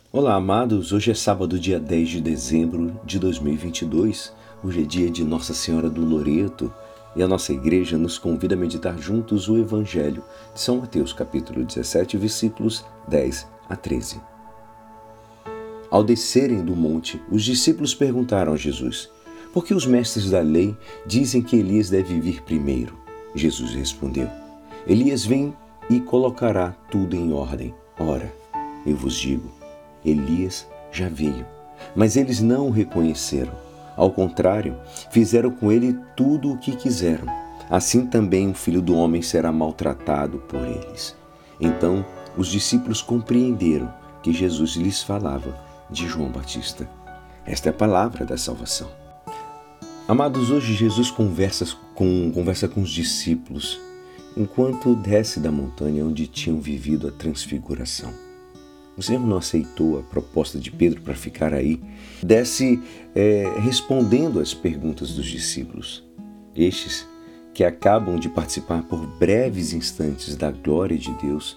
Olá, amados. Hoje é sábado, dia 10 de dezembro de 2022. Hoje é dia de Nossa Senhora do Loreto e a nossa igreja nos convida a meditar juntos o Evangelho de São Mateus, capítulo 17, versículos 10 a 13. Ao descerem do monte, os discípulos perguntaram a Jesus: por que os mestres da lei dizem que Elias deve vir primeiro? Jesus respondeu: Elias vem e colocará tudo em ordem. Ora, eu vos digo, Elias já veio, mas eles não o reconheceram. Ao contrário, fizeram com ele tudo o que quiseram. Assim também o Filho do Homem será maltratado por eles. Então os discípulos compreenderam que Jesus lhes falava de João Batista. Esta é a palavra da salvação. Amados, hoje Jesus conversa com os discípulos enquanto desce da montanha onde tinham vivido a transfiguração. O Senhor não aceitou a proposta de Pedro para ficar aí. Desce respondendo às perguntas dos discípulos. Estes que acabam de participar por breves instantes da glória de Deus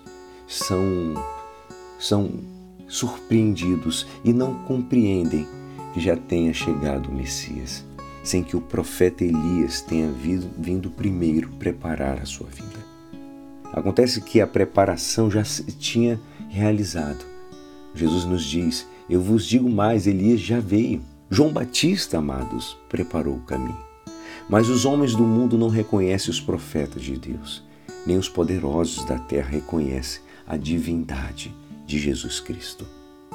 são surpreendidos e não compreendem que já tenha chegado o Messias, sem que o profeta Elias tenha vindo primeiro preparar a sua vinda. Acontece que a preparação já se tinha realizado. Jesus nos diz: eu vos digo mais, Elias já veio. João Batista, amados, preparou o caminho. Mas os homens do mundo não reconhecem os profetas de Deus, nem os poderosos da terra reconhecem a divindade de Jesus Cristo.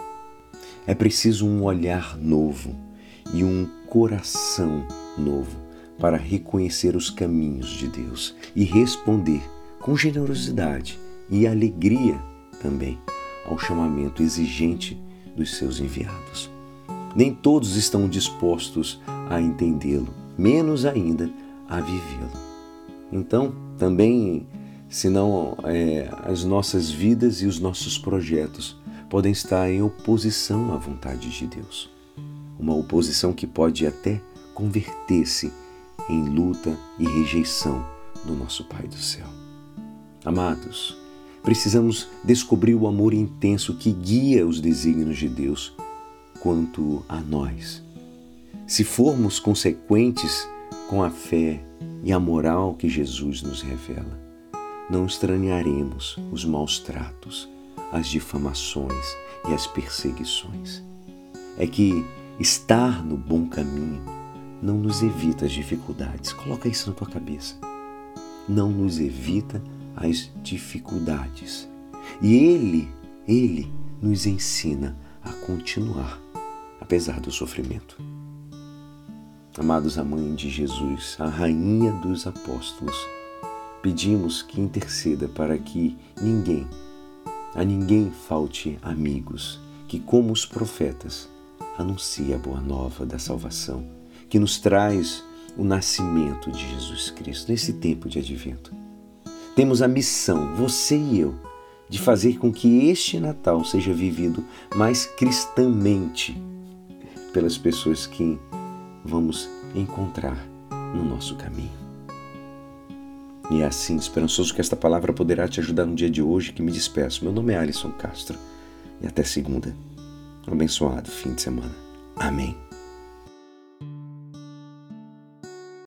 É preciso um olhar novo e um coração novo para reconhecer os caminhos de Deus e responder com generosidade e alegria também ao chamamento exigente dos seus enviados. Nem todos estão dispostos a entendê-lo, menos ainda a vivê-lo. Então, também, senão as nossas vidas e os nossos projetos podem estar em oposição à vontade de Deus. Uma oposição que pode até converter-se em luta e rejeição do nosso Pai do céu. Amados, precisamos descobrir o amor intenso que guia os desígnios de Deus quanto a nós. Se formos consequentes com a fé e a moral que Jesus nos revela, não estranharemos os maus tratos, as difamações e as perseguições. É que estar no bom caminho não nos evita as dificuldades. Coloca isso na tua cabeça. Não nos evita as dificuldades. E Ele nos ensina a continuar, apesar do sofrimento. Amados, a mãe de Jesus, a rainha dos apóstolos, pedimos que interceda para que a ninguém falte amigos, que como os profetas anuncie a boa nova da salvação, que nos traz o nascimento de Jesus Cristo nesse tempo de advento. Temos a missão, você e eu, de fazer com que este Natal seja vivido mais cristãmente pelas pessoas que vamos encontrar no nosso caminho. E é assim, esperançoso que esta palavra poderá te ajudar no dia de hoje, que me despeço. Meu nome é Alisson Castro e até segunda. Um abençoado fim de semana. Amém.